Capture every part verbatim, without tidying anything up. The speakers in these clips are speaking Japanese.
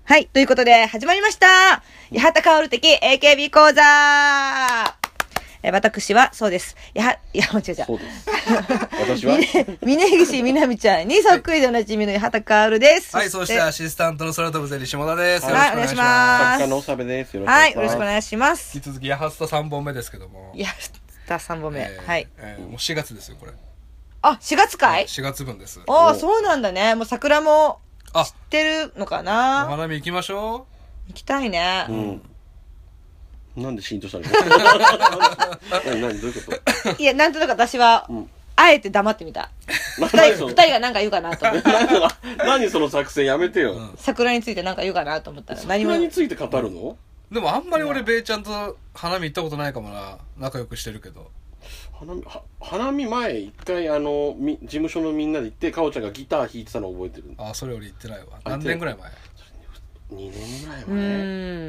はい、ということで始まりました。八幡薫的 エーケービー 講座。え私はそうです。やは、いや、違う違う。 そうです。私は峯岸みなみちゃんにそっくりでおなじみの八幡薫です。 はい、そしてアシスタントの空飛ぶゼリー下田です。 はい、お願いします。 作家のおさべです。 はい、よろしくお願いします。 引き続き、八幡さんぼんめですけども。 八幡さんぼんめ。 えー、 はい、 えー。もうしがつですよ、これ。 あ、しがつかい ? しがつぶんです。 ああ、そうなんだね。もう桜も知ってるのかな。 お花見行きましょう。行きたいね。 うん。なんでシーンとしたの何何どういうこといや、なんとなく私は、うん、あえて黙ってみた。二人、二人が何か言うかなと思って。 何その作戦やめてよ。うん、 桜について何か言うかなと思ったら何も。桜について語るの？ でもあんまり俺、ベイちゃんと花見行ったことないかもな。仲良くしてるけど。 花見、は花見前、一回あの、み事務所のみんなで行って、かおちゃんがギター弾いてたの覚えてる。 あ、それ俺言ってないわ。何年ぐらい前？ にねんぐらい前。 うん。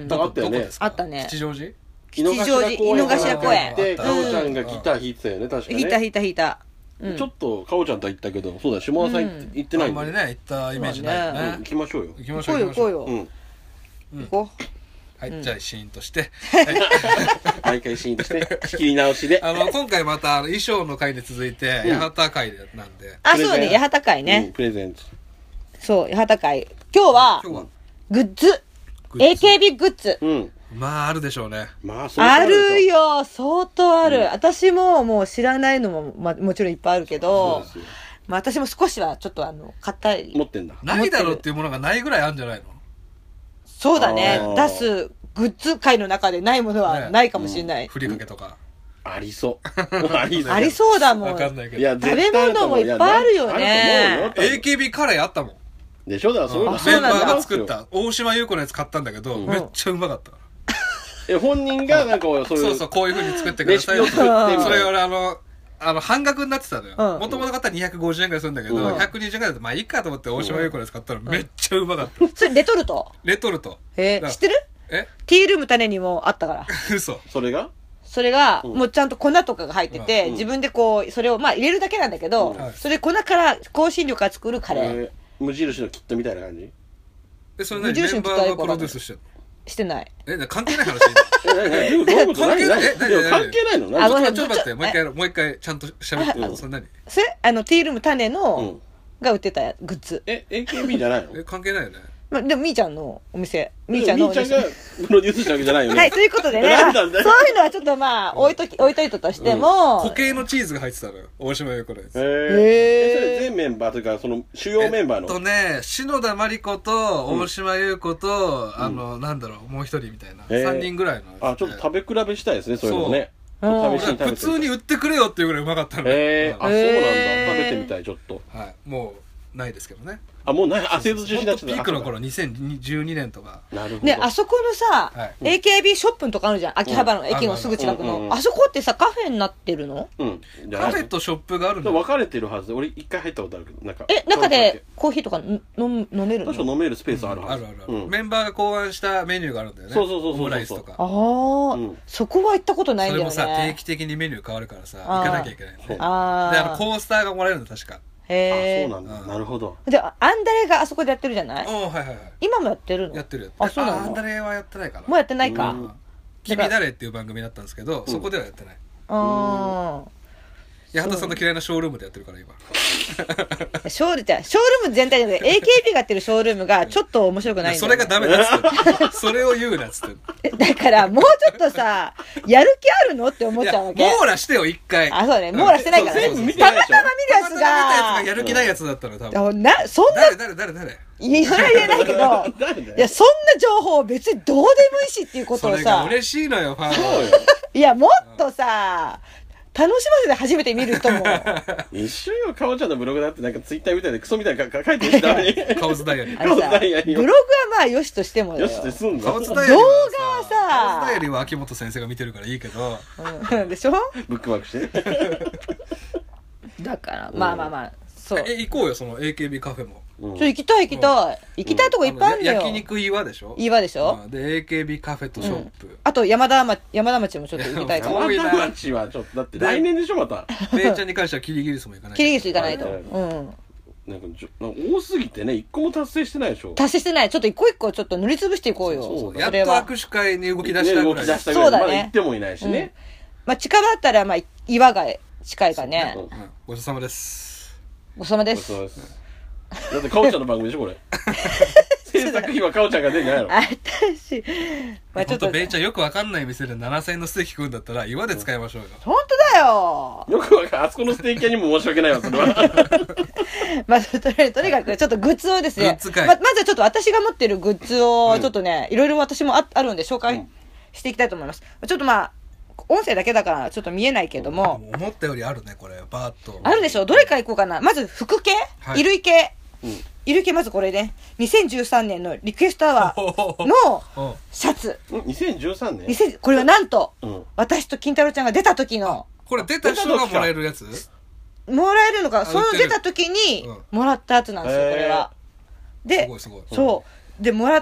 あったよね。 あったね。 吉祥寺？ 吉祥寺、井の頭公園。 で、かおちゃんがギター弾いてたよね、確かに。 弾いた弾いた弾いた。 ちょっと、かおちゃんとは行ったけど、そうだ、下田さん行ってないんで。 あんまりね、行ったイメージないよね。 行きましょうよ。 行きましょうよ。行こうよ、行こうよ。行こう。 はい、じゃあシーンとして。 毎回シーンとして、仕切り直しで。 あの、今回また衣装の回に続いて、八幡回なんで。 あ、そうね、八幡回ね。 プレゼント。 そう、八幡回。今日は、グッズ。エーケービー グッズ。 うん。 まあ、あるでしょうね。 まあ、 あるよ、相当ある。私ももう知らないのも、まあ、もちろんいっぱいあるけど、まあ、私も少しはちょっとあの、買ったり。 持ってんだ。 ないだろうっていうものがないぐらいあるんじゃないの？ そうだね。出すグッズ界の中でないものはないかもしれない。 ふりかけとか。 ありそう。 ありそう。ありそうだもん。 わかんないけど。 食べ物もいっぱいあるよね。 エーケービー カレーあったもん。 でしょ？だからそういうのメンバーが作った。大島優子のやつ買ったんだけど、めっちゃうまかった。 え、本人がなんかそういう。 そうそう、こういう風に作ってください。それ俺あの、あの、半額になってたのよ。もともと買ったらにひゃくごじゅうえんぐらいするんだけど、ひゃくにじゅうえんぐらいだと、まあいいかと思って大島優子のやつ買ったらめっちゃうまかった。 それレトルト？ レトルト。 へえ、知ってる？え？ティールーム種にもあったから。 嘘。 それが？ それが、もうちゃんと粉とかが入ってて、自分でこう、それをまあ入れるだけなんだけど、それ粉から香辛料から作るカレー。 無印のキットみたいな感じ？ え、それ何？メンバーがプロデュースしてるの？ してない。 え、関係ない話？ え、どういうこと？関係ない？え、関係ないの？ あ、ごめん、ちょっと待って、もう一回、もう一回ちゃんと喋って。それ何？ それ、あの、ティールーム種の、が売ってたグッズ。 え、エーケービー じゃないの？ え、関係ないよね。 まあ、でも、みーちゃんのお店。みーちゃんのお店。みーちゃんがプロデュースしたわけじゃないよね。 はい、ということでね。そういうのはちょっとまあ、置いとき、置いといたとしても。 固形のチーズが入ってたのよ。大島優子のやつ。 へえ。それ全メンバーというか、その、主要メンバーの。 えっとね、篠田麻里子と、大島優子と、あの、なんだろう、もう一人みたいな。さんにんぐらいの。 あ、ちょっと食べ比べしたいですね、そういうのね。 試しに食べて。普通に売ってくれよっていうぐらいうまかったの。 へえ。あ、そうなんだ。食べてみたい、ちょっと。 はい。もう。ないですけどね。 あ、もうない、あ、製造中止になっちゃった。 ピークの頃、にせんじゅうにねんとか。 なるほど。 ね、あそこのさ、エーケービー ショップとかあるじゃん。秋葉原の駅のすぐ近くの。あそこってさ、カフェになってるの？ うん。 カフェとショップがあるの？ 分かれてるはずで、俺一回入ったことあるけど、なんか。 え、中でコーヒーとか飲めるの？ 確か飲めるスペースあるはず。 あるある。メンバーが考案したメニューがあるんだよね。 そうそうそうそう。 オムライスとか。 ああ、そこは行ったことないんだよね。 それもさ、定期的にメニュー変わるからさ、行かなきゃいけないね。 ああ。 で、あの、コースターがもらえるの、確か。 へえ。そうなんだ。なるほど。 で、アンダレがあそこでやってるじゃない？ おはいはいはい。 今もやってるの？ やってるやってる。 あ、そうなの？ アンダレはやってないかな。 もうやってないか。 君誰っていう番組だったんですけど、そこではやってない。 ああ。 八幡さんの嫌いなショールームでやってるから今。 ショールじゃショールーム全体で エーケービー がやってるショールームがちょっと面白くないんだよ、ね。 それがダメだっつって。それを言うなっつって。 だからもうちょっとさ、やる気あるのって思っちゃうわけ。 網羅してよ一回。 あ、そうね。網羅してないからね。たまたま見るやつが。たまたま見るやつがやる気ないやつだったの多分。 な、そんな。 誰誰誰誰。 いや、それは言えないけど、いや、そんな情報別にどうでもいいしっていうことをさ。それが嬉しいのよ、ファンは。 いや、もっとさ、楽しませて初めて見る人も。 一緒よ、かおちゃんのブログだってなんかツイッターみたいでクソみたいな書いてるしダメに。 カオスダイアリー。 カオスダイアリー。 ブログはまあよしとしてもよ。 よしってすんの？ カオスダイアリーは動画はさ、 カオスダイアリーは秋元先生が見てるからいいけど。 うん、でしょ？ ブックマークして。 だから、まあまあまあ、そう。 え、行こうよ、その エーケービー カフェも。 ちょ、行きたい行きたい。行きたいとこいっぱいあるんだよ。 焼肉岩でしょ？ 岩でしょ？ で、エーケービー カフェとショップ。 あと、山田町、山田町もちょっと行きたいから。 山田町はちょっと、だって来年でしょ、また。 レイちゃんに関してはキリギリスも行かないと。 キリギリス行かないと。うん。 なんかじょなんか多すぎてね一個も達成してないでしょ。 達成してない。ちょっと一個一個ちょっと塗りつぶしていこうよ。 そうそう、やっそれはと握手会に動き出したぐらい、 ね、動き出したぐらいそうだねまだ行ってもいないしね、 うん、まあ近場だったらまあ岩が近いかね、 うん、ごちそうさまです。 ごちそうさまです。 そうです。だってかおちゃんの番組でしょこれ。制作費はかおちゃんが出んじゃないの。 あたし、 まあ、ちょっとベイちゃんよくわかんない店でななせんえんのステーキ食うんだったら岩で使いましょうよ。 本当だよ。 よくわかんあそこのステーキ屋にも申し訳ないわそれは。 まあとにとにかくちょっとグッズをですね、 グッズ会ままずはちょっと私が持ってるグッズをちょっとね、うん、いろいろ私も あ, あるんで紹介していきたいと思います。ちょっとまあ音声だけだからちょっと見えないけども、 思ったよりあるねこれバーッとあるでしょ。どれからいこうかな。まず服系、はい、衣類系、うん、衣類系まずこれねにせんじゅうさんねんのリクエストアワーのシャツ。 にせんじゅうさんねんこれはなんと、うん、私と金太郎ちゃんが出た時の、 これ出た人がもらえるやつもらえるのか、その出た時にもらったやつなんですよ、これは。で、 すごいすごい。 そう。で、もらって、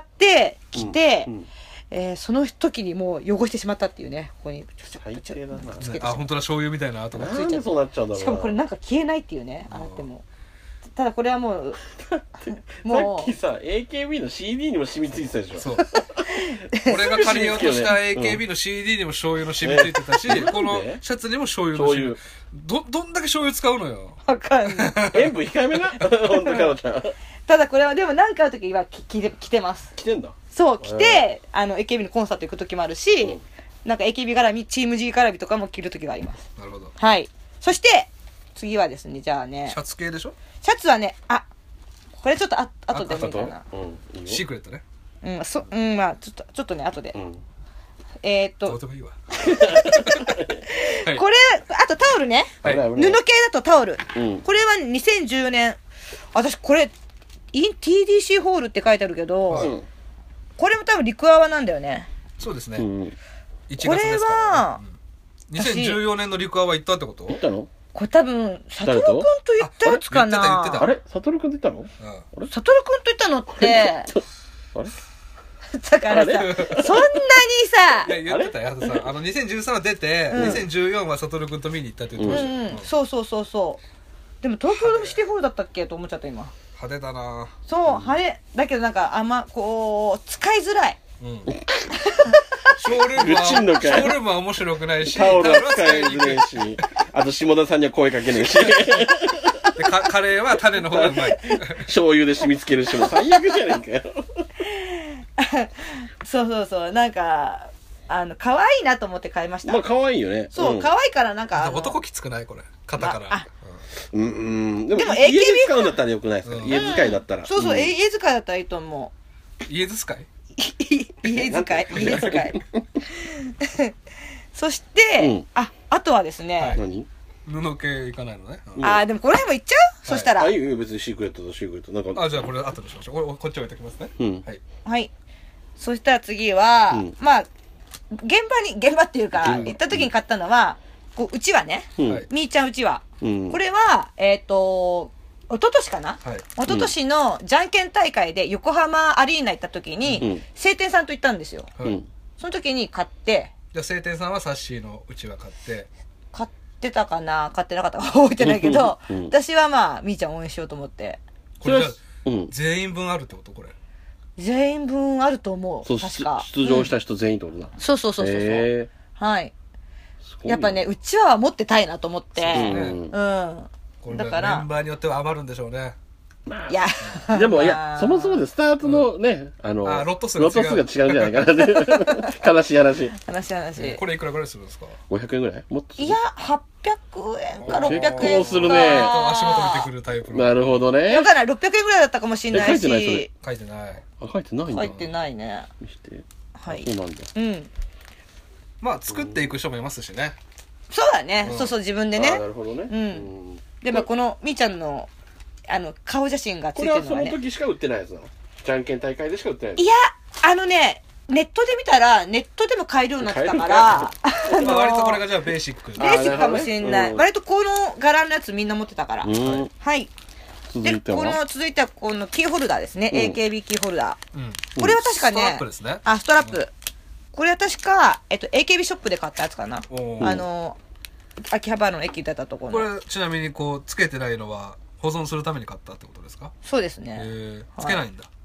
着て、うんうん、えー、その時にもう汚してしまったっていうね、ここに。 最低だな。 あ、本当だ、醤油みたいな跡がついちゃう。そうなっちゃうんだろうな。 しかもこれなんか消えないっていうね、あっても。ただこれはもう、 もう。さっきさ、エーケービー の シーディー にも染みついてたでしょ。そう。 俺が借りようとした エーケービー の シーディー にも醤油の染みついてたし、このシャツにも醤油の染み。ど、どんだけ醤油使うのよ。 わかんない。 塩分控えめな。ほんとかおちゃん。 ただこれはでも何かの時は着て、着てます。 着てんだ。 そう、着て、あの、エーケービー のコンサート行く時もあるし、うん、なんか エーケービー 絡み、チーム G 絡みとかも着る時があります。 なるほど。 はい。そして、次はですね、じゃあね。 シャツ系でしょ？ シャツはね、あ、これちょっとあ、後で見たな。 うん。シークレットね。 うん、そ、うん、まあ、ちょっと、ちょっとね、後で。うん、えー、っと。 どうでもいいわ。 はい、これ、あとタオルね。はい、布系だとタオル。うん、これはにせんじゅうねん。私、これ、イン ティーディーシー ホールって書いてあるけど、はい、これも多分リクアワなんだよね。 そうですね。うん、いちがつですからね。これは、にせんじゅうよねんのリクアワ行ったってこと？ 行ったの？ これ多分、サトルくんと言ったやつかな。 言ってた言ってた。 あれサトルくんと言ったの？ うん、サトルくんと言ったのって、 あれだからさ、そんなにさ、 いや、言ってたよ、さ、あの、にせんじゅうさんは出て、うん、にせんじゅうよんはサトルくんと見に行ったって言ってました。 うんうん、そうそうそうそう。でも東京ドームシティホールだったっけと思っちゃった今。 派手だな。 そう、派手。だけどなんかあんま、こう、使いづらい。うん。ショールームは、ショールームは面白くないし、 タオルは使いづらいし、あと下田さんには声かけないし。 でカ, カレーは種の方がうまい。 醤油で染み付けるしも最悪じゃないかよ。 そうそうそう、なんか、あの、可愛いなと思って買いました。 まあ可愛いよね。 そう、うん、可愛いからなんか。 男きつくないこれ。肩から。 あ、 うん、うん。でも、でも エーケービー で使うんだったらよくないですか、うん、家使いだったら。 そうそう、うん、家使いだったらいいと思う。家使い家使い家使い。そして、うん、あ、あとはですね。はい、 何布系いかないのね。 うん、あー、でもこの辺もいっちゃう、はい、そしたら。 あ、いいよ、別にシークレットとシークレット。なんか。 あ、じゃあこれ後でしましょう。これ、こっち置いておきますね。うん。はい。 はい。そしたら次は、うん、まあ、現場に、現場っていうか、行った時に買ったのは、こう、うちわね。うん、みーちゃんうちわ。うん、これは、えっと、一昨年かな、はい、一昨年のじゃんけん大会で横浜アリーナ行った時に、うん、晴天さんと行ったんですよ。うん、その時に買って、 じゃあ晴天さんはサッシーのうちわ買って、 買ってたかな買ってなかったか覚えてないけど、うん、私はまあ、みーちゃん応援しようと思って。 これじゃあ、うん、全員分あるってことこれ。 全員分あると思う。そう、確か。 出場した人全員ってことだ。 うん、そうそうそうそう。はい。やっぱね、うちわは持ってたいなと思って。うん。うんだからメンバーによっては余るんでしょうね。 いや、 でもいや、そもそもでスタートのね、あの、 ロット数が違うんじゃないかな。悲しい話。 悲しい話。 これいくらぐらいするんですか？ ごひゃくえんぐらい？もっと。 いや、はっぴゃくえんかろっぴゃくえんか。 結構するね。 足元見てくるタイプの。 なるほどね。 だからろっぴゃくえんぐらいだったかもしれないし。 書いてないそれ。 書いてない。 あ、書いてないんだ。 書いてないね。 見して。 はい。 そうなんだ。 うん。 まあ、作っていく人もいますしね。 そうだね。そうそう、自分でね。 なるほどね。 うん。でもこのみーちゃんのあの顔写真がついてるのはね。 これはその時しか売ってないやつなの？じゃんけん大会でしか売ってないやつ？ いや、あのね、ネットで見たらネットでも買えるようになってたから、あの割とこれがじゃあベーシック。 ベーシックかもしれない。割とこの柄のやつみんな持ってたから。はい。で、この続いてはこのキーホルダーですね。エーケービー キーホルダー。これは確かね、 ストラップですね。 あ、ストラップ。これは確かえっと エーケービー ショップで買ったやつかな。あの秋葉原の駅出たところこれちなみにこうつけてないのは保存するために買ったってことですか？ そうですね。 えー、つけないんだ。はい、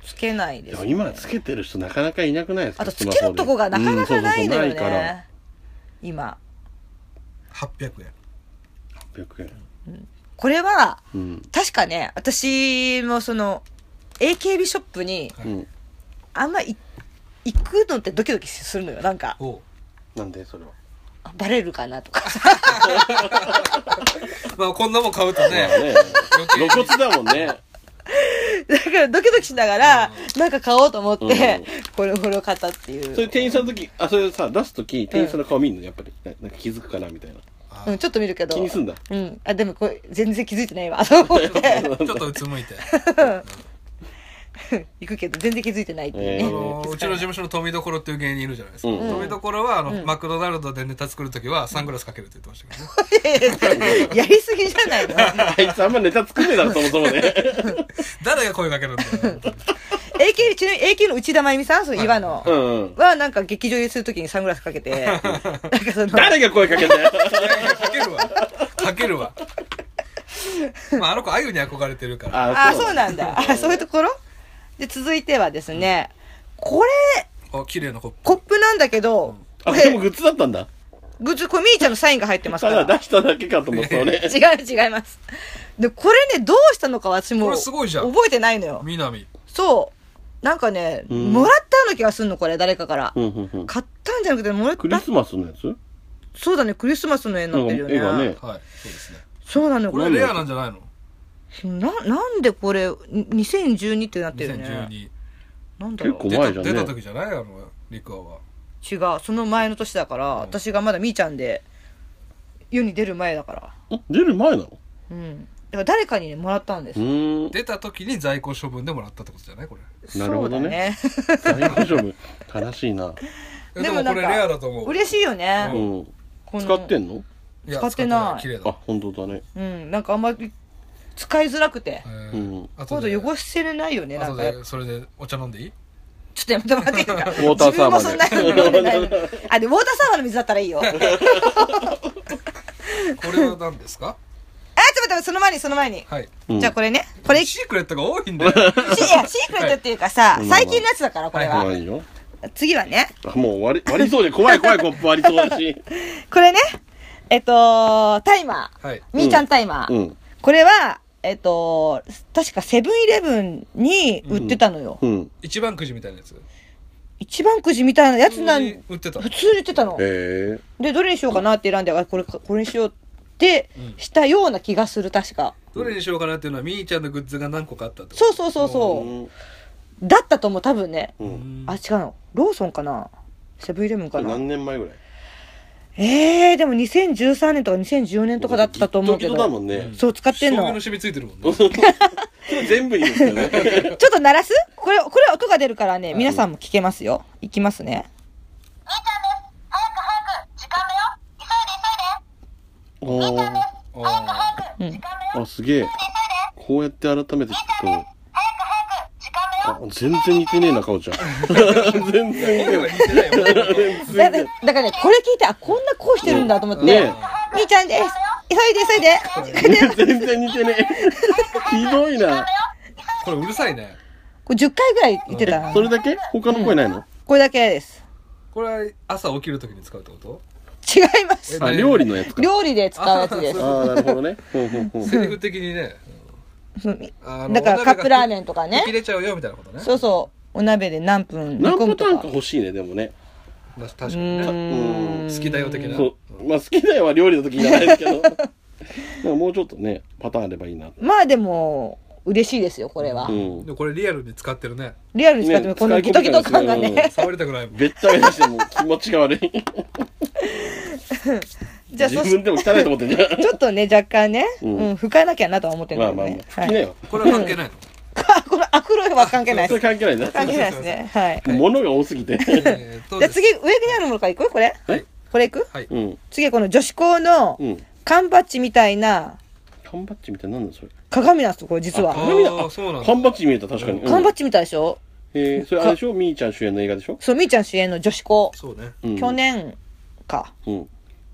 つけないです、ね。 でも今つけてる人なかなかいなくないですか？ あとつけるとこがなかなかないのよね。うん、そうそうそうないから今。 はっぴゃくえん。はっぴゃくえん。 うん、これは、うん、確かね、私もその エーケービー ショップに、うん、あんまい行くのってドキドキするのよ。なんか。 なんでそれは。 バレるかなとか。 まあこんなもん買うとね。 露骨だもんね。 だからドキドキしながら、うん、なんか買おうと思って、うん、これこれを買ったっていう。 それ店員さんの時、あ、それさ、出す時、店員さんの顔見るの、やっぱり、なんか気づくかなみたいな。 うん、ちょっと見るけど。 気にすんだ。 うん。あ、でもこれ、全然気づいてないわ、と思って。 ちょっとうつむいて。 行くけど、全然気づいてないっていうね。 えー、あのうちの事務所の富所っていう芸人いるじゃないですか。うん、富所は、あの、うん、マクドナルドでネタ作るときは、サングラスかけるって言ってましたけどね。 やりすぎじゃないの？ あいつあんまネタ作んねえだろ、そもそもね。 誰が声かけるんだよ。エーケー、ちなみに エーケー の内田真由美さん、その岩野、はいうん、は、なんか劇場入りするときにサングラスかけて、なんかその誰が声かけんだよ。 いやいや、かけるわ。かけるわ。まあ、あの子、あゆに憧れてるから。 ああ、そうなんだ。あ、そういうところで、続いてはですね、うん、これ、 あ、綺麗なコップ。 コップなんだけど、 うん、あ、でもグッズだったんだ。 グッズ、これみーちゃんのサインが入ってますから。 ただ出しただけかと思った俺。 違う違います。で、これね、どうしたのか私も、覚えてないのよ。 みなみ。 そう。なんかね、うん、もらったような気がするの、これ、誰かから。うんうんうん、買ったんじゃなくて、もらった。 クリスマスのやつ？ そうだね、クリスマスの絵になってるよね。絵がね。はい、そうですね。そうなのよ。 これレアなんじゃないの？ な、なんでこれ、にせんじゅうにってなってるよね。にせんじゅうに。 なんだろう。結構前じゃんね。 出た時じゃないあの、リクアは。 違う、その前の年だから、うん、私がまだみーちゃんで、世に出る前だから。 出る前なの？ うん。だから誰かにね、もらったんです。 出た時に在庫処分でもらったってことじゃないこれ。なるほどね。在庫処分、悲しいな。 でもこれレアだと思う。 嬉しいよね。 うん。使ってんの？ 使ってない。 あ、本当だね。 うん、なんかあんまり使いづらくて。うん。今度汚せれないよね、なんか。 それでお茶飲んでいい？ ちょっとやめてもらっていいですか？ ウォーターサーバーで。自分もそんなに飲んでないの。 あ、で、ウォーターサーバーの水だったらいいよ。 これは何ですか？ あ、ちょっと待って、その前に、その前に。はい。じゃあこれね。これ。 シークレットが多いんだよ。 いや、シークレットっていうかさ、最近のやつだから、これは。次はね。 もう割り、割りそうで怖い怖いコップ割りそうだし。 これね。えっと、タイマー。はい。みーちゃんタイマー。うん。これは、えっと、確かセブンイレブンに売ってたのよ。 うん。一番くじみたいなやつ？ 一番くじみたいなやつなん、 売ってた。 普通に売ってたの。へー。で、どれにしようかなって選んで、これ、これにしようってしたような気がする、確か。 どれにしようかなっていうのは、みーちゃんのグッズが何個かあったってこと？ そうそうそうそう。だったと思う、多分ね。うん、あ、違うの。ローソンかな？セブンイレブンかな？ 何年前ぐらい？ ええー、でもにせんじゅうさんねんとかにせんじゅうよねんとかだったと思うけど。 ギットギトだもんね。 そう、使ってんの。 醤油の染みついてるもんね。 全部いいですよね。 ちょっと鳴らす？これ、これ音が出るからね、皆さんも聞けますよ。いきますね。 みーちゃんです。早く早く、時間だよ。急いで急いで。みーちゃんです。早く早く、時間だよ。 あ、すげえ。こうやって改めて聞くと。あ、全然似てねえな、かおちゃん。全然似てない。 だ, だからね、これ聞いて、あ、こんな声してるんだと思って。ね、みーちゃんです。急いで急いで。 全然似てねえ。ひどいな。 これうるさいね。 これじゅっかいぐらい言ってた。 それだけ？他の声ないの？ うん、これだけです。 これは朝起きるときに使うってこと？ 違います。 あ、料理のやつか。 料理で使うやつです。 ああ、なるほどね。 セリフ的にね。 だからカップラーメンとかね。 切れちゃうよみたいなことね。 そうそう。お鍋で何分煮込むとか。何パターンか欲しいね、でもね。 確かにね。好きだよ的な。 そう。まあ好きだよは料理の時じゃないですけど。もうちょっとね、パターンあればいいな。 まあでも、嬉しいですよ、これは。 でもこれリアルに使ってるね。 リアルに使ってる、このギトギト感がね。 触りたくないもん。 べったべたしても気持ちが悪い。じゃあ自分でも汚いと思ってんじゃん。 ちょっとね、若干ね、うん、拭かなきゃなとは思ってるんだけどね。 まあまあ、好きだよ。 これは関係ないの？ このアクロは関係ないです。 それ関係ないな。 関係ないですね。はい。 物が多すぎて。じゃあ次、上にあるものからいく？これ？はい。これいく？はい。次、この女子校の缶バッジみたいな。 缶バッジみたいな、なんだそれ？ 鏡なんですよ、これ実は。 鏡だ。あ、そうなんだ。缶バッジ見えた、確かに。 缶バッジみたいでしょ？ えー、それあれでしょ？みーちゃん主演の映画でしょ？ そう、みーちゃん主演の女子校。 そうね。 去年か。うん。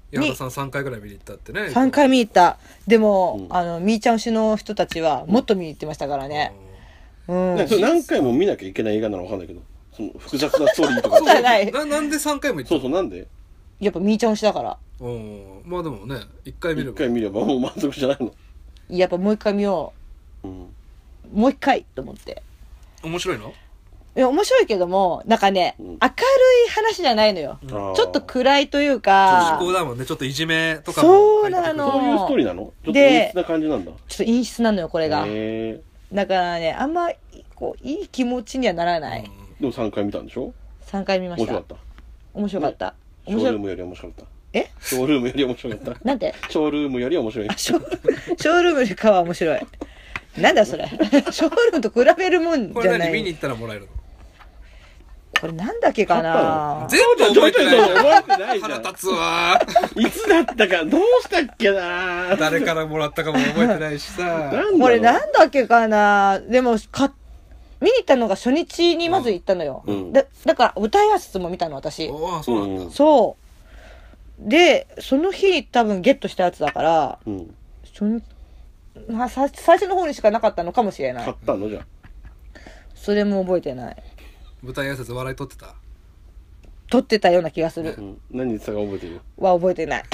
矢田さんさんかいぐらい見に行ったってね。 さんかい見に行った。でも、うん、あの、みーちゃん推しの人たちはもっと見に行ってましたからね。 うん。うん、何回も見なきゃいけない映画なのわかんないけど、その複雑なストーリーとか。 そうじゃない。 な、なんでさんかいも行ったの？ そうそう、なんで？ やっぱみーちゃん推しだから。 うん。まあでもね、いっかい見れば。 いっかい見ればもう満足じゃないの？ やっぱもう一回見よう。うん。もう一回と思って。 面白いの？ いや面白いけどもなんかね、うん、明るい話じゃないのよ、うん、ちょっと暗いというかちょっと思考だもんね。ちょっといじめとかもそうなの。 そういうストーリーなの？ちょっと陰湿な感じなんだ。 ちょっと陰湿なのよこれが。へだからねあんまこういい気持ちにはならない、うん、 でもさんかい見たんでしょ？ さんかい見ました。 面白かった。 面白かった、ね、 ショールームより面白かった。 えショールームより面白かった。 なんでショールームより面白い。 ショールームよりかは面白い。なんだそれショールームと比べるもんじゃない。これ何見に行ったらもらえるの？ これなんだっけかな。 全部覚えてない。 覚えてないじゃん。 腹立つわ。 いつだったかどうしたっけな。 誰からもらったかも覚えてないしさ。 これなんだっけかな。でもか見に行ったのが初日にまず行ったのよ。うん、だ, だから舞台挨拶も見たの私。 ああそうなんだ。 そうでその日多分ゲットしたやつだから、うん、初日まあ、最初の方にしかなかったのかもしれない。 買ったのじゃ。 それも覚えてない。 舞台挨拶笑い取ってた？ 取ってたような気がする。 うん、何言ってたか覚えてる？ は覚えてない。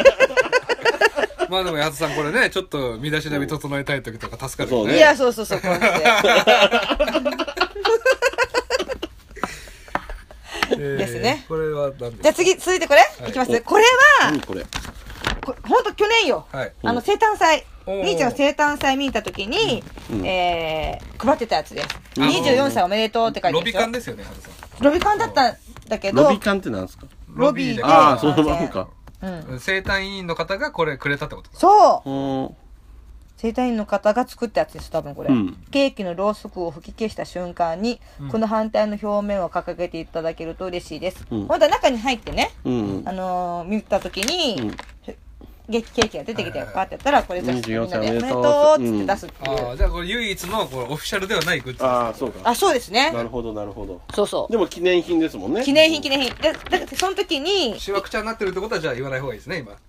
まあでもやつさんこれねちょっと身だしなみ整えたい時とか助かるよね。 いやそうそうそうこうやって。ですね。 これは何ですか？ じゃあ次続いてこれ、はい、いきます。これは何これ？ ほんと去年よ。はい、あの生誕祭。みーちゃんの生誕祭見に行った時に、うんえー、配ってたやつです。にじゅうよんさいおめでとうって書いてある。 ロビカンですよね、 ロビカンだったんだけど。 ロビカンってなんですか？ ロビーで。 ああ、そのままか。 うん。生誕委員の方がこれくれたってことか。 そう。生誕委員の方が作ったやつです、多分これ。うん、ケーキのろうそくを吹き消した瞬間に、うん、この反対の表面を掲げていただけると嬉しいです。うん、本当は中に入ってね、うん、あのー、見た時に、うんケーキが出てきてパーってやったらこれ出してみんなでおめでとうっつって出すっていう、 ああじゃあこれ唯一のこれオフィシャルではないグッズ。 ああそうか。 あそうですね。 なるほどなるほど。 そうそう。 でも記念品ですもんね。 記念品記念品でだからその時にしわくちゃになってるってことはじゃあ言わない方がいいですね今。ね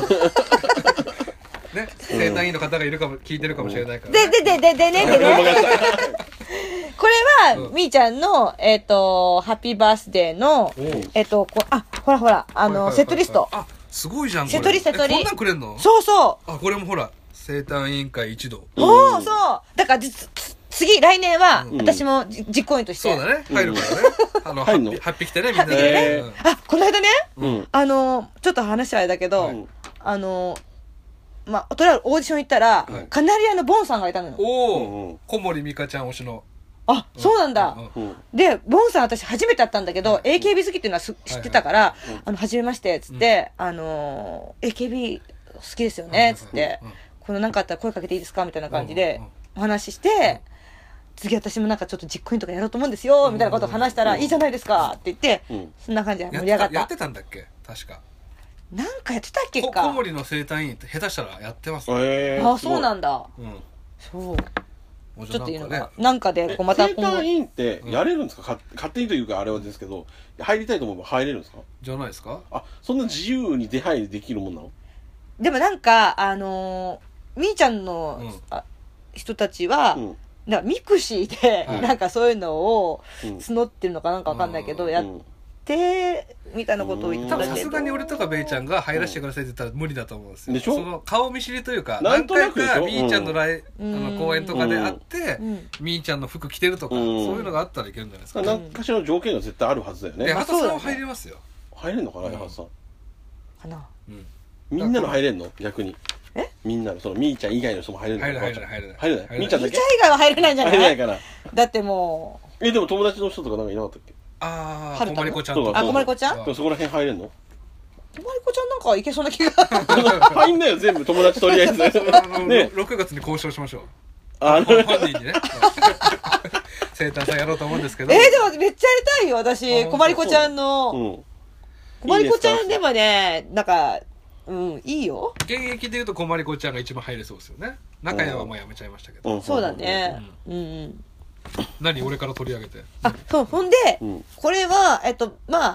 生誕委員の方がいるかも聞いてるかもしれないから、 ね。でででででねでね。これは、うん、みーちゃんの、えっ、ー、と、ハッピーバースデーの、えっ、ー、と、こあ、ほらほら、あの、はいはいはいはい、セットリスト。 あ、すごいじゃん、これ。セトリセトリ。 こんなんくれんの？ そうそう。 あ、これもほら、生誕委員会一同。 おー、そう。だから、次、来年は、うん、私も実行委員として。 そうだね。入るからね。あの、ハッピー来てね、みんなで。 ね、あ、この間ね、うん、あの、ちょっと話はあれだけど、はい、あの、まあ、とりあえずオーディション行ったら、はい、カナリアのボンさんがいたのよ。 おお、小森美香ちゃん推しの。 あ、そうなんだ。うんうん、で、ボンさん私初めて会ったんだけど、うん、エーケービー 好きっていうのは知ってたから、はいはい、あの、初めまして、つって、うん、あの、エーケービー 好きですよね、つって、うんうん、このなんかあったら声かけていいですかみたいな感じで、お話しして、うん、次私もなんかちょっと実行委員とかやろうと思うんですよ、みたいなことを話したら、うん、いいじゃないですか、って言って、うん、そんな感じで盛り上がった。 やってたんだっけ確か。 なんかやってたっけか。 小森の生誕委員って下手したらやってますね。えー、あ、そうなんだ。うん。そう。ちょっといいのかなんかでこうまた生誕委員ってやれるんですか、うん、勝手にというかあれはですけど入りたいと思えば入れるんですか？ じゃないですか。 あ、そんな自由に出入りできるもんなの？ でもなんかあのー、みーちゃんの、うん、あ人たちは、うん、なんかミクシーで、はい、なんかそういうのを募ってるのかなんかわかんないけど、うん、やってみたいなことを言ってたけど、 さすがに俺とかベイちゃんが入らせてくださいって言ったら無理だと思うんですよ。 でしょ？ その顔見知りというか、何回かみーちゃんの来、うん、あの公演とかで会って、うん、みーちゃんの服着てるとか、うん、そういうのがあったらいけるんじゃないですか。 何かしらの条件が絶対あるはずだよね。 八幡さんは入れますよ。 入れんのかな、八幡さん。 かな。 うん。みんなの入れんの？逆に。え？みんなのそのみーちゃん以外の人も入れるの？入れない入れない入れない。入れない。みーちゃんだけ？ みーちゃん以外は入れないんじゃない？ 入れないから。 だってもう。え、でも友達の人とかなんかいなかったっけ？ ああ、こまりこちゃんとか。あ、こまりこちゃん？ そこら辺入れんの？ こまりこちゃんなんかいけそうな気が。 入んなよ、全部友達とりあえず。 ね、ろくがつに交渉しましょう。あの本人にね。生誕祭やろうと思うんですけど。 えー、でもめっちゃやりたいよ、私。こまりこちゃんの。こまりこちゃんでもね、なんか、うん、いいよ。 現役で言うとこまりこちゃんが一番入れそうですよね。中屋はもうやめちゃいましたけど。 そうだね。うんうん。 何俺から取り上げて。 あ、そう、ほんで、うん、これは、えっと、まあ、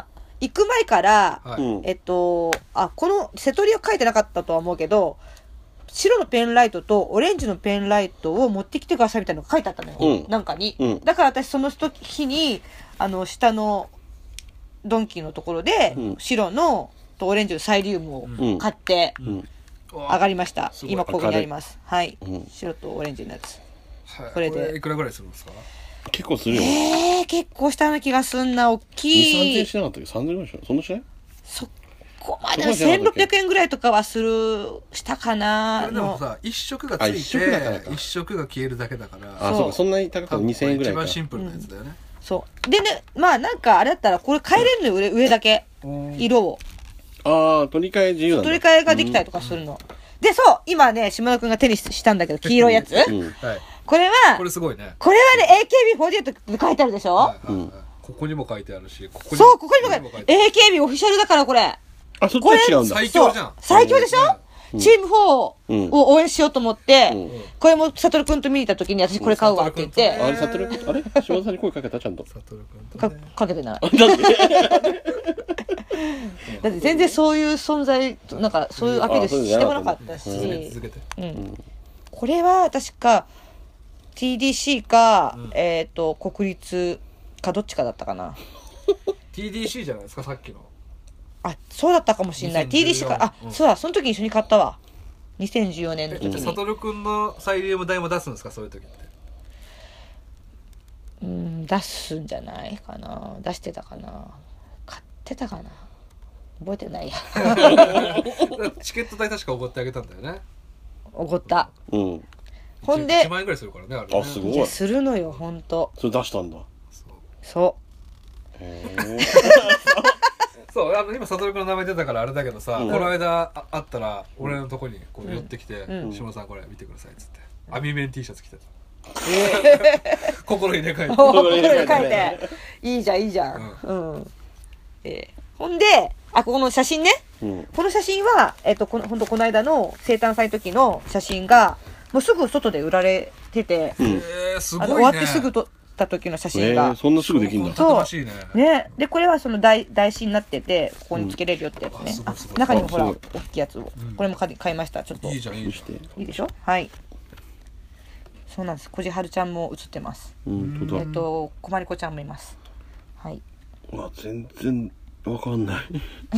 行く前から、 はい、 えっと、あ、この瀬戸りは書いてなかったとは思うけど、白のペンライトとオレンジのペンライトを持ってきてくださいみたいなのが書いてあったのよ。うん、なんかに、うん。だから私その日に、あの、下のドンキーのところで、うん、白のとオレンジのサイリウムを買って、うんうん、上がりました。今ここにあります。はい、うん。白とオレンジのやつ。はい、これで。 これいくらぐらいするんですか？ 結構するよ。 えー、結構したような気がすんな、大きい。 に、さんぜんえんしてなかったっけ？さんぜんえんぐらいしない？そんなしない？ そこまでせんろっぴゃくえんぐらいとかはする、したかな。 でもさ、一色がついて、一色が消えるだけだから。 あ、そうか、そんなに高くにせんえんぐらいか。 一番シンプルなやつだよね。うん、 そう。でね、まあなんかあれだったら、これ変えれるのよ、上、上だけ。色を。 ああ、取り替え自由なんだ。 取り替えができたりとかするの。うん、で、そう、今ね、島田くんが手にしたんだけど、黄色いやつ、うん、はい、これは、 これすごいね。 これはね、エーケービーフォーティーエイト って書いてあるでしょ、はいはいはい、 ここにも書いてあるし、ここにもそう、ここにも書いてある。エーケービー オフィシャルだから、これ。 あ、そっちは違うんだ。 最強じゃん。 最強でしょ、うん、チームフォーを応援しようと思って、うん、これもサトルくんと見に行った時に私これ買うわって言って。 あれ、サトルくん、あれ島田さんに声かけたちゃんと。サトルくんと、ね。か、かけてない。だって全然そういう存在、なんかそういうアピールしてもなかったし。うん。これは確か ティーディーシー か、うん、えっと、国立かどっちかだったかな。 ティーディーシー じゃないですか、さっきの。 あ、そうだったかもしれない。ティーディーシー か、あ、うん、そうだ、その時に一緒に買ったわ。にせんじゅうよねんの時に。 サトルくんのサイリウム代も出すんですか、そういう時って。 うん、出すんじゃないかな。出してたかな。買ってたかな。覚えてないや。 チケット代確かおごってあげたんだよね。 おごった。 うん。 ほんで、 いちまんえんぐらいするからね、あれね。 あ、すごい。いや、 するのよ、ほんと。 それ出したんだ。 そう。そう。 へー。 そう、あの今サトルくんの名前出たからあれだけどさ、うん、この間ああったら俺のとこにこう寄ってきて、うん、下田さんこれ見てくださいっつって、うん、網面 T シャツ着てた。えー、心入れ替えて。 心入れ替えて。いいじゃんいいじゃん。うん。うん、えー、ほんで、あ、ここの写真ね。うん、この写真はえっ、ー、とこのほんとこの間の生誕祭の時の写真がもうすぐ外で売られてて、 うん、えー、すごいね。 終わってすぐと。た時の写真が、 えー、そんなすぐできるんだ。 そうね。でこれはその台台紙になっててここにつけれるよってやつね。うん、あ中にもほら大きいやつを、うん、これも買いました。ちょっといいじゃんいいじゃん。 いいでしょ。はい。そうなんです。こじはるちゃんも写ってます。 うん、 えっとこまりこちゃんもいます。はい。 わ全然わかんない。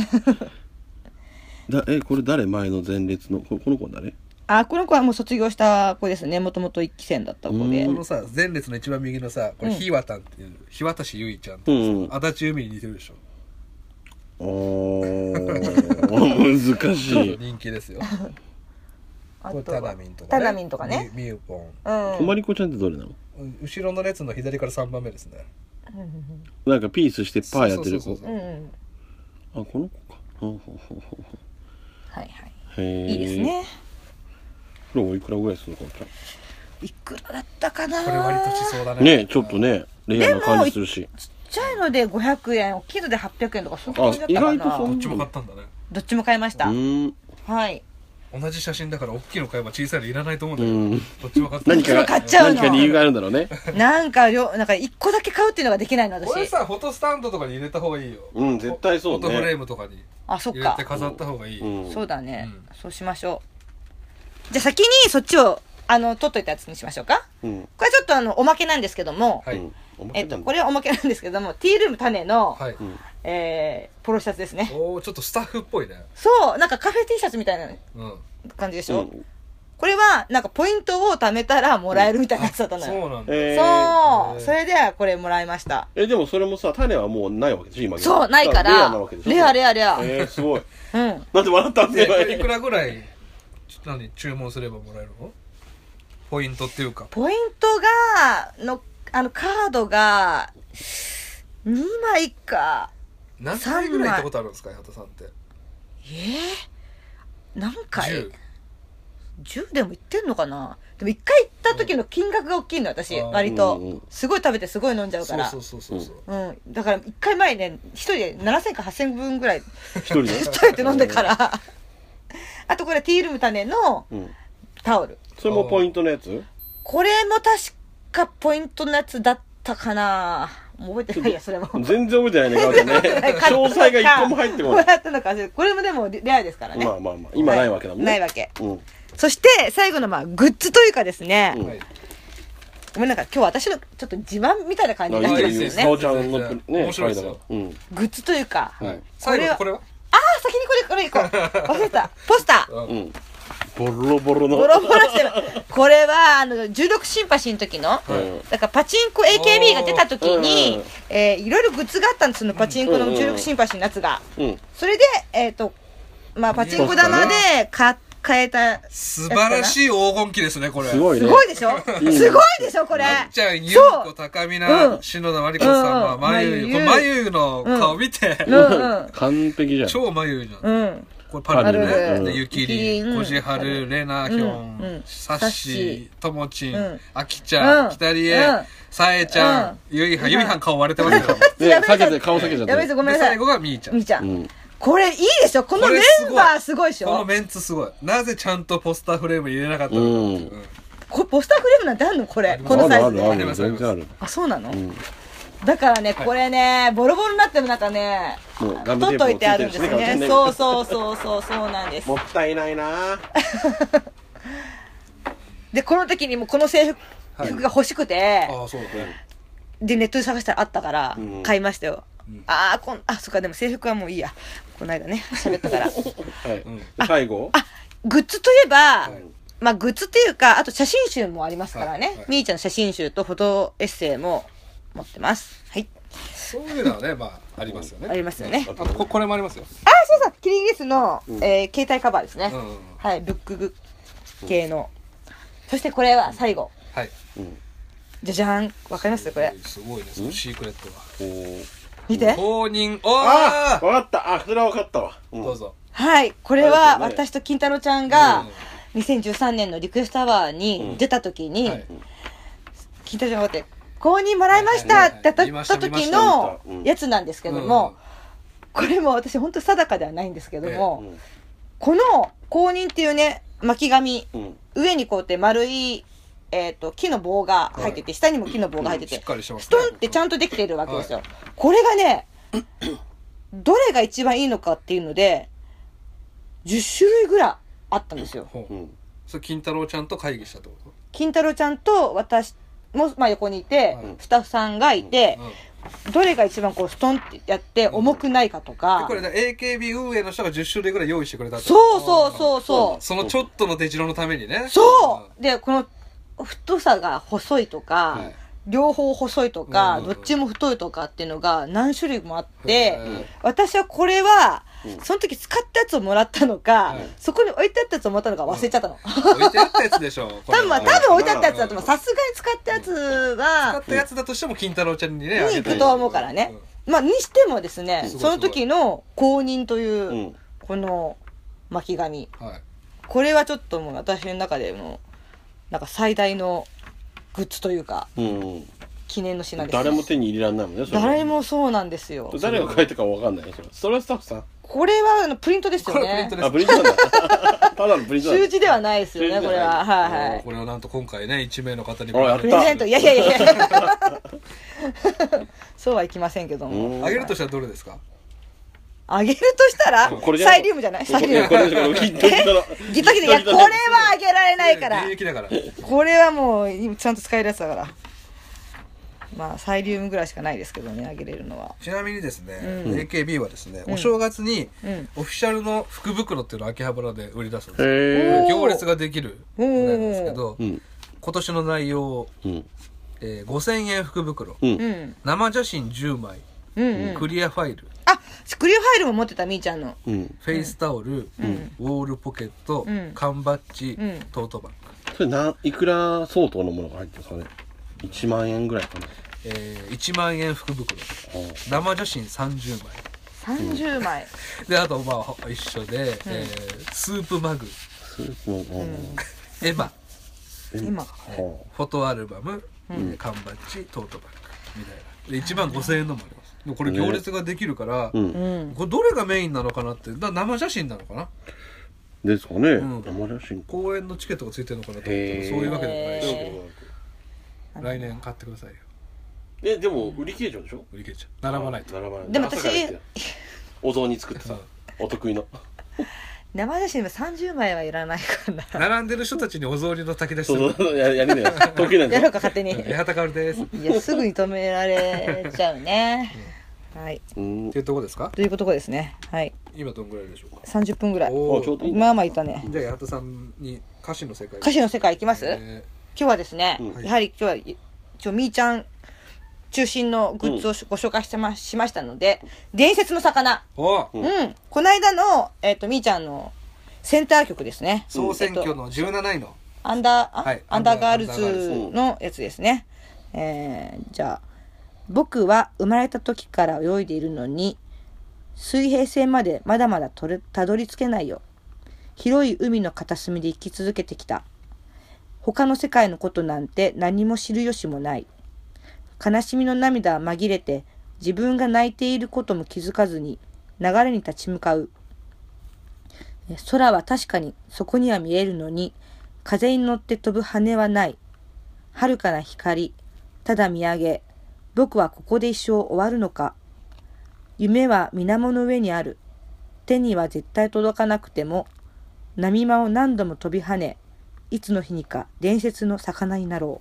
だえこれ誰前の前列のこの子誰？ あ、この子はもう卒業した子ですね。もともと一期生だった子で。 このさ、前列の一番右のさ、これ、ひわたんっていう、日渡ゆいちゃんっていうさ、足立由美に似てるでしょ。 おー、難しい。 人気ですよ。これ、タナミンとかね。 タナミンとかね。 みゆぽん。 こまりこちゃんってどれなの？ 後ろの列の左からさんばんめですね。 なんかピースしてパーやってる子。あ、この子か。 はいはい。いいですね。 これおいくらぐらいするのかな。 いくらだったかな。 これ割としそうだね。 ね、ちょっとね、レアな感じするし。 ちっちゃいのでごひゃくえん、大きいのではっぴゃくえんとかそんな感じだったかな。 意外とそどっちも買ったんだね。 どっちも買いました。はい。 同じ写真だから大きいの買えば小さいのいらないと思うんだけど、どっちも買った。 何か買っちゃうの。 何か理由があるんだろうね。 なんか量なんか一個だけ買うっていうのができないの私。 これさフォトスタンドとかに入れた方がいいよ。 うん、絶対そうね。 フォトフレームとかに。 あ、そっか。 入れて飾った方がいい。 そうだね。そうしましょう。じゃあ先にそっちをあの取っといたやつにしましょうか。これちょっとあのおまけなんですけども、えっとこれはおまけなんですけども、ティールーム種のえポロシャツですね。 おお、ちょっとスタッフっぽいね。 そう、なんかカフェ T シャツみたいな感じでしょ。これはなんかポイントを貯めたらもらえるみたいなやつだったのよ。 そうなんだ。 そう、それでこれもらいました。 え、でもそれもさ、種はもうないわけでしょ今。 そう、ないから。レアなわけでしょ。レアレアレア。 えー、すごい。 うん。 なんで笑ったんですか。 いくらぐらい何注文すればもらえるの？ポイントっていうか。 ポイントがのあのカードがにまいか。 何回ぐらい行ったことあるんですか、八幡さんって。 えー、何回？じゅう。じゅうでも行ってんのかな。でもいっかい行った時の金額が大きいの私、割とすごい食べてすごい飲んじゃうから。 そうそうそうそう。 うん。だからいっかいまえね、一人でななせんかはっせんぶんぐらい一人で食べて飲んでから。あとこれティールーム種のタオル。 それもポイントのやつ？ これも確かポイントのやつだったかな。 もう覚えてないや、それも。 全然覚えてないね、かおちゃんね。詳細が一個も入ってこない。 こうやったのか、これもでもレアですからね。 まあまあまあ、今ないわけだもんね。 ないわけ。 うん。 そして、最後のまあ、グッズというかですね。 うんごめんなんか今日私のちょっと自慢みたいな感じになってるんですよね。 かおちゃんのね、 面白いですよ。 うん。 グッズというか。 はい。 最後これはああ、先にこれ、これいこう。忘れた。ポスター。 うん。ボロボロの。 ボロボロしてる。これは、あの、じゅうろくシンパシーの時の、だからパチンコ エーケービー が出た時に、えー、いろいろグッズがあったんですよ、パチンコのじゅうろくシンパシーのやつが。うん。それで、えっと、まあ、パチンコ玉で買って、変えた素晴らしい黄金期ですねこれ。 すごいね。 すごいでしょ。すごいでしょこれ。 なっちゃん、ゆうこ、たかみな、篠田麻里子さんはまゆゆ、これまゆゆの顔見て、 完璧じゃん。 超まゆゆじゃん。これパルルね。でゆきりん、こじはる、れなひょん、さっしー、ともちん、あきちゃん、きたりえ、さえちゃん、ゆいはん、ゆいはん顔割れてますよ。 で、避けて顔避けちゃって。 やめてごめんなさい。 最後がみーちゃん。 みーちゃん。これいいでしょこのメンバーすごいでしょこのメンツすごい。なぜちゃんとポスターフレーム入れなかったのか。うん、 これポスターフレームなんてあるのこれ。このサイズで。 あるある全然ある。 あ、そうなの、うん、だからね、これね、ボロボロになってる中ね、取っといてあるんですね。そうそうそうそう、そうなんです。 もったいないなで、この時にもこの制服が欲しくて、 ああ、そうだね。 で、ネットで探したらあったから、買いましたよ。うん、ああ、こん、あ、そっか、でも制服はもういいや。この間ね、喋ったから。はい。 うん、最後あ、グッズといえば、はい、まあ、グッズっていうか、あと写真集もありますからね。はいはい、みーちゃんの写真集とフォトエッセイも持ってます。はい。 そういうのはね、まあ、ありますよね。 ありますよね。 あこ、これもありますよ。 あ、そうそう、キリギリスの、うん、えー、携帯カバーですね。うんうん、はい、ブックグ系の。うん、そしてこれは最後。 はい。 うん、じゃじゃーん。わかりますこれ。 すごいです、シークレットが。お見て。 公認、 おーあわかった。あ、それはわかったわ。 どうぞ。 はい。これは、私と金太郎ちゃんが、にせんじゅうさんねんのリクエストアワーに出た時に、金太郎ちゃんがこうやって、公認もらいましたって当たった時のやつなんですけども、これも私本当定かではないんですけども、この公認っていうね、巻き紙、上にこうやって丸い、えっと、木の棒が入ってて、下にも木の棒が入ってて、ストンってちゃんとできてるわけですよ。これがね、どれが一番いいのかっていうので、じゅっしゅるいぐらいあったんですよ。 それ、金太郎ちゃんと会議したってこと？ 金太郎ちゃんと私も、まあ、横にいて、スタッフさんがいて、どれが一番こうストンってやって重くないかとか。 これね、エーケービー 運営の人がじゅっしゅるいぐらい用意してくれたって。 そうそうそうそう。 そのちょっとの出代のためにね。 そうで、この、太さが細いとか、はい、両方細いとか、うん、どっちも太いとかっていうのが何種類もあって、うん、私はこれは、うん、その時使ったやつをもらったのか、うん、そこに置いてあったやつをもらったのか忘れちゃったの。 うん、置いてあったやつでしょ。 多分、多分置いてあったやつだと思う。さすがに使ったやつが、 使ったやつだとしても金太郎ちゃんにね、 に行くと思うからね。うん、まあ、にしてもですね、その時の公認という、うん、この巻き紙、はい。これはちょっともう私の中でも、なんか最大のグッズというか、うん、記念の品です、ね。 誰も手に入れられないもんね。 誰もそうなんですよ。 誰が書いたかわかんないよ。それはスタッフさん。 これはあのプリントですよね。 これプリントです。 あ、プリントなんだ。ただのプリントなんだ。 数字ではないですよね、これは。はいはい。 これをなんと今回ね、いちめいの方にプレゼント。いやいやいやいや。そうはいきませんけども。 あげるとしたらどれですか？ あげるとしたらサイリウムじゃない？サイリウム。ギトギト。いや、これはあげられないから。 現役だから。 これはもうちゃんと使えるやつだから。まあサイリウムぐらいしかないですけどね、あげれるのは。 ちなみにですね、エーケービー はですね、お正月にオフィシャルの福袋っていうのを秋葉原で売り出すんですよ。行列ができるなんですけど、今年の内容、ごせんえん福袋、生写真じゅうまい、クリアファイル。 あ、クリアファイルも持ってた、みーちゃんの。 フェイスタオル、ウォールポケット、缶バッジ、トートバッグ。 それないくら相当のものが入ってるんですかね？いちまんえんぐらいかな。 えー、いちまんえん福袋。生写真さんじゅうまい。 さんじゅうまい。 で、あと、まあ、一緒で、えー、スープマグ。 スープマグ。 エマ。 エマ。 フォトアルバム、缶バッジ、トートバッグ。みたいな。で、いちまんごせんえんのもあります。これ行列ができるから、これどれがメインなのかなって、だ生写真なのかなですかね。生写真。 公演のチケットがついてるのかなと思ったら、そういうわけでもないし。来年買ってくださいよ。 えでも売り切れちゃうでしょ。 売り切れちゃう。並ばないと。 並ばない。 でも私朝から行ってお雑煮作ってさ、お得意の生写真もさんじゅうまいはいらないかな。 並んでる人たちにお雑煮の炊き出しすそうる。 そうややるねよ。得意なんやろうでしょ。 か勝手に。 八幡薫です。っいやすぐに止められちゃうね。はい。 うん。 ていうとこですか？ ということですね。はい。 今どんぐらいでしょうか？ さんじゅっぷんぐらい。 おあちょうどいいね。 まあまあいたね。 じゃあ八幡さんに歌詞の世界。 歌詞の世界いきます？今え日はですね、 うんやはり今日はちょみーちゃん中心のグッズをご紹介してましましたので、伝説の魚。 ー、おうん。この間のえっとみーちゃんのセンター曲ですね。 総選挙えっとのじゅうなないの。 アンダー、あはいアンダーガールアンダーガールズのやつですね。えー、じゃあ、僕は生まれた時から泳いでいるのに、水平線までまだまだとれたどり着けないよ。広い海の片隅で生き続けてきた。他の世界のことなんて何も知る由もない。悲しみの涙は紛れて、自分が泣いていることも気づかずに、流れに立ち向かう。空は確かにそこには見えるのに、風に乗って飛ぶ羽はない。遥かな光、ただ見上げ、僕はここで一生終わるのか。夢は水面の上にある。手には絶対届かなくても、波間を何度も飛び跳ね、いつの日にか伝説の魚になろ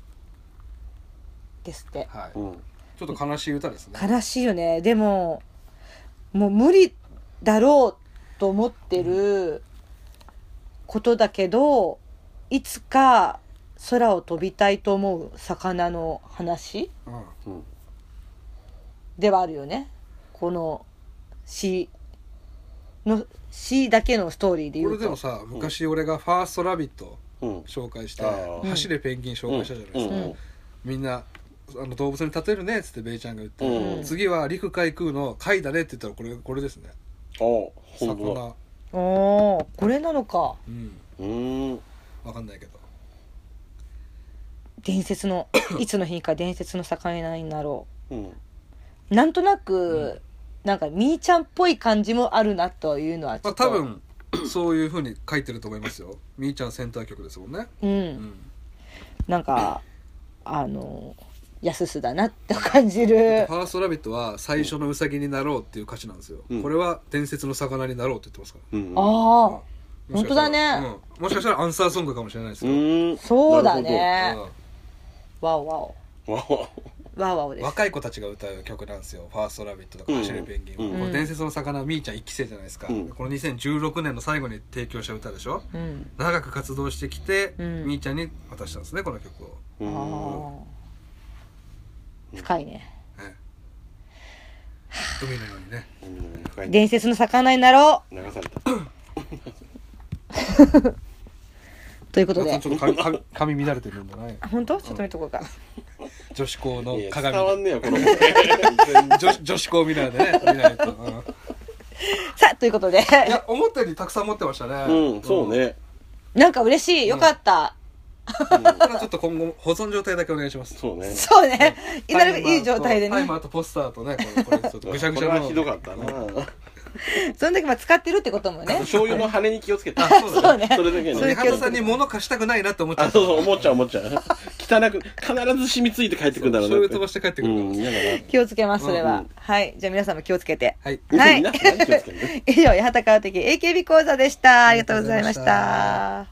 う。ですって。 はい。 うん。 ちょっと悲しい歌ですね。 悲しいよね。でも、もう無理だろうと思ってることだけど、いつか空を飛びたいと思う魚の話うん。 うん。 ではあるよね。この詩の詩だけのストーリーで言うと。 これでもさ、昔俺がファーストラビットうん。 紹介して、 あー走れペンギン紹介したじゃないですか。 うんうんみんなあの動物に例えるねっつってベイちゃんが言って、 うん次は陸海空の海だねって言ったらこれこれですね。 あ、ほんとだ。 魚。 おー、これなのか。 うん。 うーん。 わかんないけど。 伝説のいつの日か伝説の魚になろうん。 う。なんとなく、なんかみーちゃんっぽい感じもあるなというのはちまあょっと、 多分そういう風に書いてると思いますよ。みーちゃんセンター曲ですもんね。 うん、 うん。 なんかあのやすすだなって感じる。 ファーストラビットは最初のウサギになろうっていう歌詞なんですよ。 うんこれは伝説の魚になろうって言ってますから。 うん。 ああ、 もし本当かしたらだね、 うんもしかしたらアンサーソングかもしれないですうよ。 ーん。 そうだなね。 うんわおわおるほど。わわおわおです。 若い子たちが歌う曲なんですよ。ファーストラビットとかうん走るペンギンは、 うんこれ伝説の魚はみーちゃん一期生じゃないですか、 うんこのにせんじゅうろくねんの最後に提供した歌でしょ。 うん、 長く活動してきて、 うんみーちゃんに渡したんですねこの曲を、 うーん。 あー深いね。 ね、海のようにね。 うん深いね。 伝説の魚になろ流された。 うということで。 ちょっと髪髪髪乱れてるんじゃないあ、本当？ちょっと見とこうか。 女子校のいや鏡伝わんねえよ、この。 女女子校見ないでね見ないと、うんさあということで、 いや思ったよりたくさん持ってましたね。 うん、そうね。 なんか嬉しい。よかった。 ただちょっと今後保存状態だけお願いします。 そうね。 そうね。なるべくいい状態でね。 タイマーとポスターとねこれこれちょっとぐしゃぐしゃのこれはひどかったな。 その時まあ使ってるってこともね。 醤油の羽に気をつけて。 あそうだねそうね。 それだけね。 そういう八幡さんに物貸したくないなって思っちゃあ、 う。 そうそう、思っちゃう思っちゃう。汚く、必ず染みついて帰ってくるんだろうな。 醤油飛ばして帰ってくるからうん、嫌だな。 気をつけます、それは。 うんはい。じゃあ皆さんも気をつけて。 はいはいみんな何気をつけるの以上、八幡川的 エーケービー 講座でした。ありがとうございましありがとうございましたた。